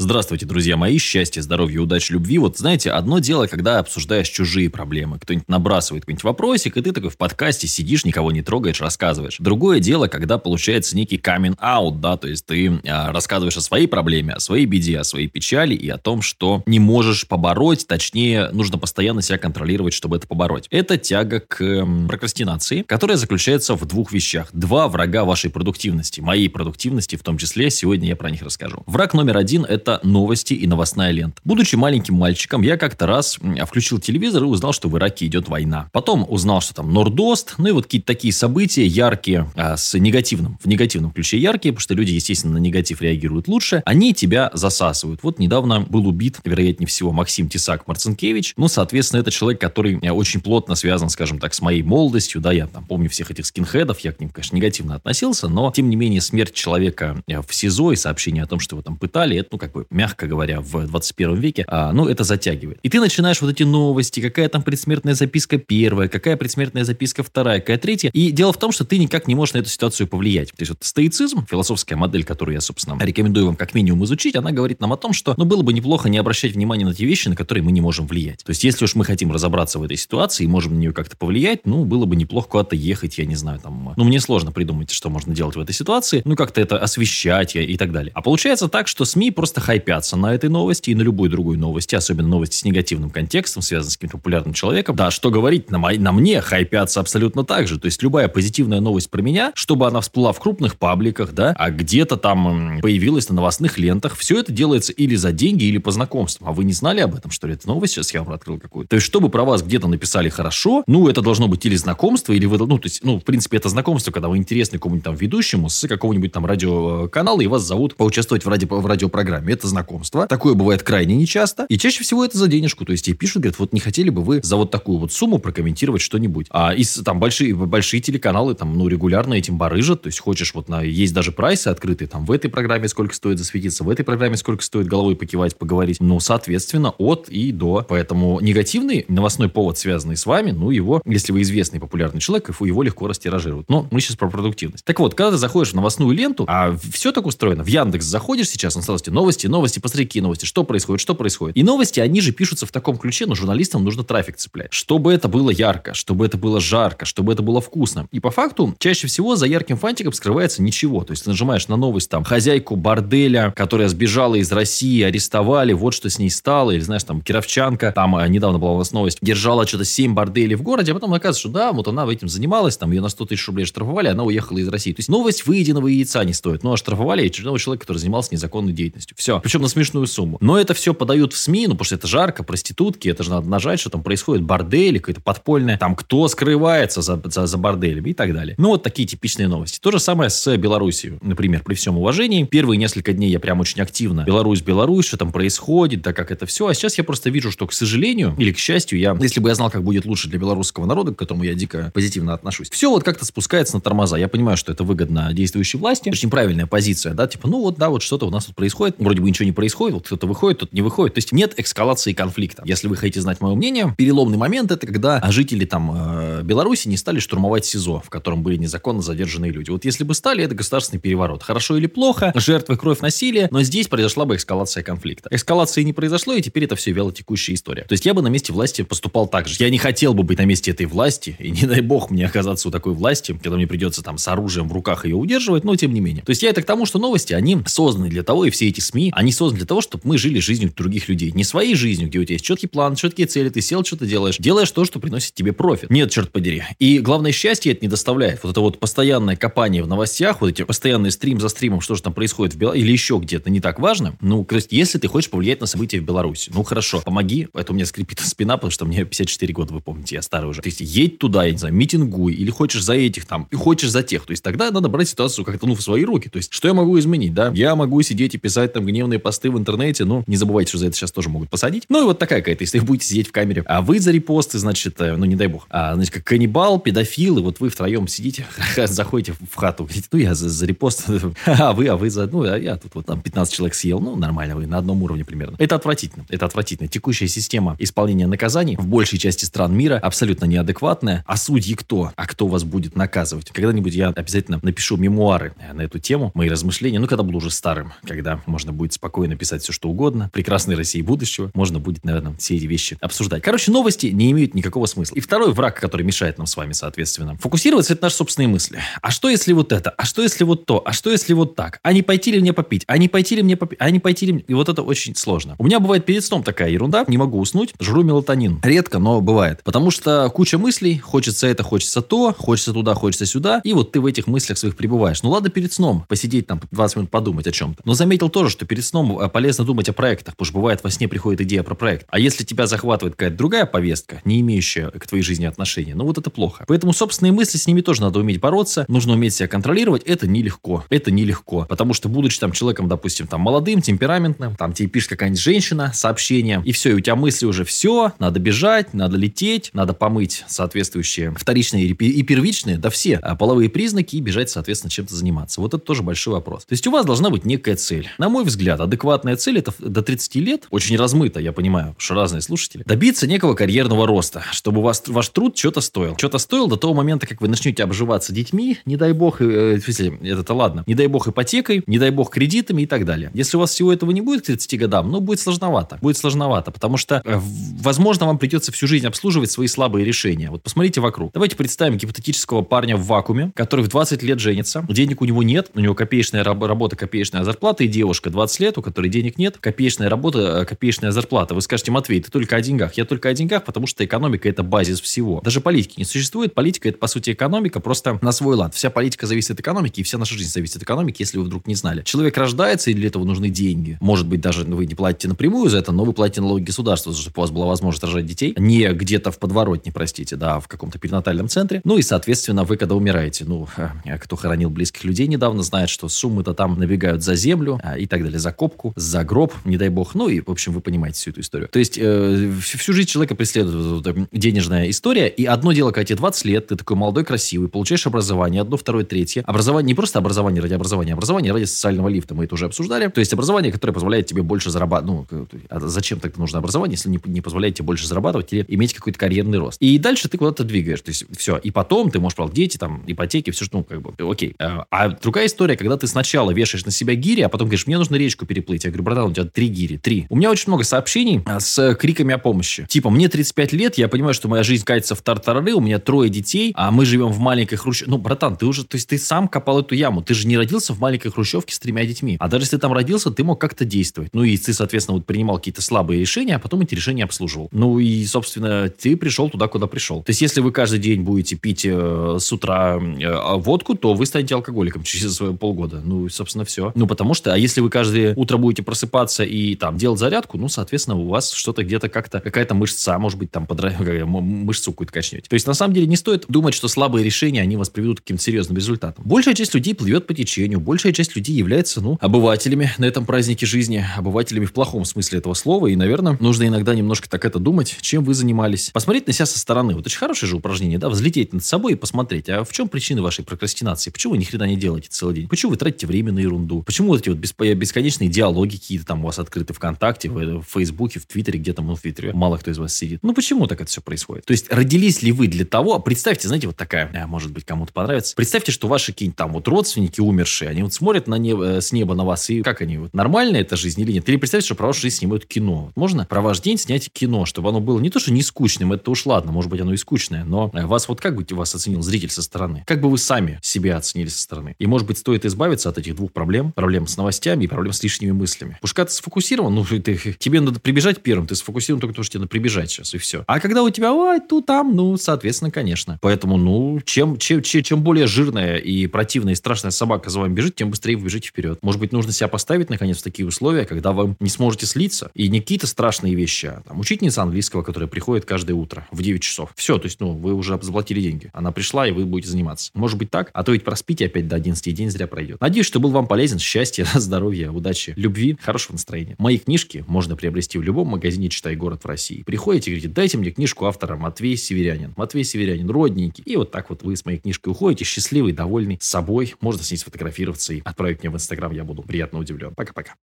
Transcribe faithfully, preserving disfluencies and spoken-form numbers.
Здравствуйте, друзья мои, счастья, здоровья, удачи, любви. Вот знаете, одно дело, когда обсуждаешь чужие проблемы. Кто-нибудь набрасывает какой-нибудь вопросик, и ты такой в подкасте сидишь, никого не трогаешь, рассказываешь. Другое дело, когда получается некий камин-аут, да, то есть ты а, рассказываешь о своей проблеме, о своей беде, о своей печали и о том, что не можешь побороть, точнее, нужно постоянно себя контролировать, чтобы это побороть. Это тяга к эм, прокрастинации, которая заключается в двух вещах. Два врага вашей продуктивности, моей продуктивности в том числе, сегодня я про них расскажу. Враг номер один – это новости и новостная лента. Будучи маленьким мальчиком, я как-то раз включил телевизор и узнал, что в Ираке идет война. Потом узнал, что там Нордост, ну и вот какие-то такие события яркие, а, с негативным, в негативном ключе яркие, потому что люди, естественно, на негатив реагируют лучше, они тебя засасывают. Вот недавно был убит, вероятнее всего, Максим Тесак Марцинкевич. Ну, соответственно, это человек, который очень плотно связан, скажем так, с моей молодостью, да, я там помню всех этих скинхедов, я к ним, конечно, негативно относился, но, тем не менее, смерть человека в СИЗО и сообщение о том, что его там пытали, это, ну, как бы, мягко говоря, в двадцать первом веке, а, ну, это затягивает. И ты начинаешь вот эти новости, какая там предсмертная записка первая, какая предсмертная записка вторая, какая третья. И дело в том, что ты никак не можешь на эту ситуацию повлиять. То есть вот стоицизм, философская модель, которую я, собственно, рекомендую вам как минимум изучить, она говорит нам о том, что, ну, было бы неплохо не обращать внимания на те вещи, на которые мы не можем влиять. То есть если уж мы хотим разобраться в этой ситуации и можем на нее как-то повлиять, ну, было бы неплохо куда-то ехать, я не знаю, там, ну, мне сложно придумать, что можно делать в этой ситуации, ну, как-то это освещать и так далее. А получается так, что СМИ просто хайпятся на этой новости и на любой другой новости, особенно новости с негативным контекстом, связанные с каким-то популярным человеком. Да, что говорить, на, мо- на мне хайпятся абсолютно так же. То есть любая позитивная новость про меня, чтобы она всплыла в крупных пабликах, да, а где-то там появилась на новостных лентах, все это делается или за деньги, или по знакомствам. А вы не знали об этом, что ли? Это новость сейчас я вам открыл какую-то. То есть, чтобы про вас где-то написали хорошо, ну, это должно быть или знакомство, или вы, ну, то есть, ну, в принципе, это знакомство, когда вы интересны какому-нибудь там ведущему с какого-нибудь там радиоканала, и вас зовут поучаствовать в, ради, в радиопрограмме. Это знакомство. Такое бывает крайне нечасто. И чаще всего это за денежку. То есть, тебе пишут, говорят, вот не хотели бы вы за вот такую вот сумму прокомментировать что-нибудь. А из там большие, большие телеканалы там, ну, регулярно этим барыжат. То есть, хочешь вот на... Есть даже прайсы открытые. Там в этой программе сколько стоит засветиться, в этой программе сколько стоит головой покивать, поговорить. Ну, соответственно, от и до. Поэтому негативный новостной повод, связанный с вами, ну, его, если вы известный популярный человек, его легко растиражируют. Но мы сейчас про продуктивность. Так вот, когда ты заходишь в новостную ленту, а все так устроено, в Яндекс заходишь сейчас, он сразу тебе новости, новости, посмотри, какие новости, что происходит, что происходит. И новости, они же пишутся в таком ключе, но журналистам нужно трафик цеплять. Чтобы это было ярко, чтобы это было жарко, чтобы это было вкусно. И по факту, чаще всего за ярким фантиком скрывается ничего. То есть, ты нажимаешь на новость, там, хозяйку борделя, которая сбежала из России, арестовали, вот что с ней стало, или, знаешь, там, кировчанка, там, недавно была у нас новость, держала что-то семь борделей в городе, а потом оказывается, что да, вот она этим занималась, там, ее на сто тысяч рублей штрафовали, она уехала из России. То есть, новость выеденного яйца не стоит. Ну, а штрафовали очередного человека, который занимался незаконной деятельностью. Все. Причем на смешную сумму. Но это все подают в СМИ, ну, потому что это жарко, проститутки, это же надо нажать, что там происходит, бордели, какое-то подпольное, там, кто скрывается за, за, за борделями и так далее. Ну, вот такие типичные новости. То же самое с Белоруссией, например, при всем уважении. Первые несколько дней я прям очень активно Беларусь, Беларусь, что там происходит, да как это все. А сейчас я просто вижу, что, к сожалению, или к счастью, я, если бы я знал, как будет лучше для белорусского народа, к которому я дико позитивно отношусь, все вот как-то спускается на тормоза. Я понимаю, что это выгодно действующей власти. Очень правильная позиция, да, типа, ну вот, да, вот что-то у нас тут происходит. Вроде бы ничего не происходит, вот кто-то выходит, кто-то не выходит. То есть нет эскалации конфликта. Если вы хотите знать мое мнение, переломный момент — это когда жители там э, Беларуси не стали штурмовать СИЗО, в котором были незаконно задержанные люди. Вот если бы стали, это государственный переворот. Хорошо или плохо, жертвы, кровь, насилие, но здесь произошла бы эскалация конфликта. Эскалации не произошло, и теперь это все вялотекущая история. То есть я бы на месте власти поступал так же. Я не хотел бы быть на месте этой власти, и не дай бог мне оказаться у такой власти, когда мне придется там с оружием в руках ее удерживать, но тем не менее. То есть я это к тому, что новости, они созданы для того, и все эти СМИ, они созданы для того, чтобы мы жили жизнью других людей. Не своей жизнью, где у тебя есть четкий план, четкие цели, ты сел, что-то делаешь. Делаешь то, что приносит тебе профит. Нет, черт подери. И главное, счастье это не доставляет. Вот это вот постоянное копание в новостях, вот эти постоянные стрим за стримом, что же там происходит в Беларуси, или еще где-то, не так важно. Ну, то есть, если ты хочешь повлиять на события в Беларуси, ну, хорошо, помоги. Это у меня скрипит спина, потому что мне пятьдесят четыре года, вы помните, я старый уже. То есть, едь туда, я не знаю, митингуй, или хочешь за этих там, и хочешь за тех. То есть, тогда надо брать ситуацию как-то, ну, в свои руки. То есть, что я могу изменить, да? Я могу сидеть и писать там гневные посты в интернете, ну, не забывайте, что за это сейчас тоже могут посадить. Ну, и вот такая какая-то, если вы будете сидеть в камере, а вы за репосты, значит, ну, не дай бог, а, значит, как каннибал, педофил, и вот вы втроем сидите, заходите в хату, говорите, ну, я за, за репост, а вы, а вы за, ну, а я тут вот там пятнадцать человек съел, ну, нормально, вы на одном уровне примерно. Это отвратительно, это отвратительно. Текущая система исполнения наказаний в большей части стран мира абсолютно неадекватная. А судьи кто? А кто вас будет наказывать? Когда-нибудь я обязательно напишу мемуары на эту тему, мои размышления, ну, когда буду уже старым, когда можно будет будет спокойно писать все, что угодно. Прекрасной России будущего. Можно будет, наверное, все эти вещи обсуждать. Короче, новости не имеют никакого смысла. И второй враг, который мешает нам с вами, соответственно, фокусироваться, это наши собственные мысли. А что, если вот это? А что, если вот то? А что, если вот так? А не пойти ли мне попить? А не пойти ли мне попить? А не пойти ли мне... И вот это очень сложно. У меня бывает перед сном такая ерунда. Не могу уснуть. Жру мелатонин. Редко, но бывает. Потому что куча мыслей. Хочется это, хочется то. Хочется туда, хочется сюда. И вот ты в этих мыслях своих пребываешь. Ну ладно, перед сном посидеть там двадцать минут подумать о чем-то. Но заметил тоже, что перед сном полезно думать о проектах. Потому что бывает во сне приходит идея про проект. А если тебя захватывает какая-то другая повестка, не имеющая к твоей жизни отношения, ну вот это плохо. Поэтому собственные мысли, с ними тоже надо уметь бороться. Нужно уметь себя контролировать. Это нелегко. Это нелегко. Потому что, будучи там человеком, допустим, там молодым, темпераментным, там тебе пишет какая-нибудь женщина сообщение, и все, и у тебя мысли уже все, надо бежать, надо лететь, надо помыть соответствующие вторичные и первичные, да все половые признаки и бежать, соответственно, чем-то заниматься. Вот это тоже большой вопрос. То есть у вас должна быть некая цель. На мой взгляд, адекватная цель — это до тридцати лет, очень размыто, я понимаю, потому что разные слушатели, добиться некого карьерного роста, чтобы вас, ваш труд что-то стоил. Что-то стоил до того момента, как вы начнете обживаться детьми, не дай бог, э, это ладно, не дай бог ипотекой, не дай бог кредитами и так далее. Если у вас всего этого не будет к тридцати годам, ну, будет сложновато. Будет сложновато, потому что, э, возможно, вам придется всю жизнь обслуживать свои слабые решения. Вот посмотрите вокруг. Давайте представим гипотетического парня в вакууме, который в двадцать лет женится, денег у него нет, у него копеечная раб- работа, копеечная зарплата, и девушка двадцать лет, у которой денег нет, копеечная работа, копеечная зарплата. Вы скажете: Матвей, ты только о деньгах. Я только о деньгах, потому что экономика — это базис всего. Даже политики не существует. Политика — это, по сути, экономика, просто на свой лад. Вся политика зависит от экономики, и вся наша жизнь зависит от экономики, если вы вдруг не знали. Человек рождается, и для этого нужны деньги. Может быть, даже вы не платите напрямую за это, но вы платите налоги государству, чтобы у вас была возможность рожать детей. Не где-то в подворотне, простите, да, а в каком-то перинатальном центре. Ну и, соответственно, вы, когда умираете, ну, кто хоронил близких людей недавно, знает, что суммы-то там набегают за землю и так далее, за копку, за гроб, не дай бог. Ну и, в общем, вы понимаете всю эту историю. То есть, э, всю жизнь человека преследует э, денежная история, и одно дело, когда тебе двадцать лет, ты такой молодой, красивый, получаешь образование, одно, второе, третье. Образование, не просто образование ради образования, образование ради социального лифта, мы это уже обсуждали. То есть, образование, которое позволяет тебе больше зарабатывать. Ну, а зачем тогда нужно образование, если не, не позволяет тебе больше зарабатывать или иметь какой-то карьерный рост? И дальше ты куда-то двигаешь. То есть, все. И потом ты можешь, правда, дети, там, ипотеки, все, что, ну, как бы, окей. А другая история, когда ты сначала вешаешь на себя гири, а потом говоришь: мне нужно речку переплыть. Я говорю: братан, у тебя три гири, три. У меня очень много сообщений с криками о помощи. Типа: мне тридцать пять лет, я понимаю, что моя жизнь катится в тартарары, у меня трое детей, а мы живем в маленькой хрущевке. Ну, братан, ты уже, то есть ты сам копал эту яму. Ты же не родился в маленькой хрущевке с тремя детьми. А даже если ты там родился, ты мог как-то действовать. Ну и ты, соответственно, вот принимал какие-то слабые решения, а потом эти решения обслуживал. Ну и, собственно, ты пришел туда, куда пришел. То есть если вы каждый день будете пить э, с утра э, водку, то вы станете алкоголиком через полгода. Ну, собственно, все. Ну, потому что, а если вы каждое утро будете просыпаться и там делать зарядку, ну, соответственно, у вас что-то где-то как-то, какая-то мышца, может быть, там подра... мышцу какую-то качнете. То есть, на самом деле, не стоит думать, что слабые решения, они вас приведут к каким-то серьезным результатам. Большая часть людей плывет по течению, большая часть людей является, ну, обывателями на этом празднике жизни, обывателями в плохом смысле этого слова, и, наверное, нужно иногда немножко так это думать, чем вы занимались. Посмотреть на себя со стороны. Вот очень хорошее же упражнение, да, взлететь над собой и посмотреть, а в чем причины вашей прокрастинации? Почему вы ни хрена не делаете целый день? Почему вы тратите время на ерунду? Почему вот эти вот бесконечные диалоги какие-то там у вас открыты ВКонтакте, в, в Фейсбуке, в Твиттере, где там, ну, в Твиттере мало кто из вас сидит. Ну, почему так это все происходит? То есть, родились ли вы для того, представьте, знаете, вот такая, а, может быть, кому-то понравится, представьте, что ваши какие-нибудь там вот родственники умершие, они вот смотрят на небо, с неба на вас, и как они, вот, нормальная эта жизнь или нет? Или представьте, что про вашу жизнь снимают кино. Вот можно про ваш день снять кино, чтобы оно было не то, что не скучным, это уж ладно, может быть, оно и скучное, но вас вот как бы вас оценил зритель со стороны? Как бы вы сами себя оценили со стороны? И, может быть, стоит избавиться от этих двух проблем, проблем с новостями и проблем с лишними мыслями. Потому что когда ты сфокусирован, ну, ты, тебе надо прибежать первым, ты сфокусирован только потому, что тебе надо прибежать сейчас, и все. А когда у тебя, ой, тут, там, ну, соответственно, конечно. Поэтому, ну, чем, чем, чем, чем более жирная и противная и страшная собака за вами бежит, тем быстрее вы бежите вперед. Может быть, нужно себя поставить, наконец, в такие условия, когда вы не сможете слиться, и не какие-то страшные вещи, а там учительница английского, которая приходит каждое утро в девять часов. Все, то есть, ну, вы уже заплатили деньги. Она пришла, и вы будете заниматься. Может быть так, а то ведь проспите опять до одиннадцати, и день зря пройдет. Надеюсь, что был вам полезен. Счастья, здоровья, удачи, любви, хорошего настроения. Мои книжки можно приобрести в любом магазине «Читай город» в России. Приходите и говорите: дайте мне книжку автора Матвей Северянин. Матвей Северянин, родненький. И вот так вот вы с моей книжкой уходите, счастливый, довольный собой. Можно с ней сфотографироваться и отправить мне в Инстаграм. Я буду приятно удивлен. Пока-пока.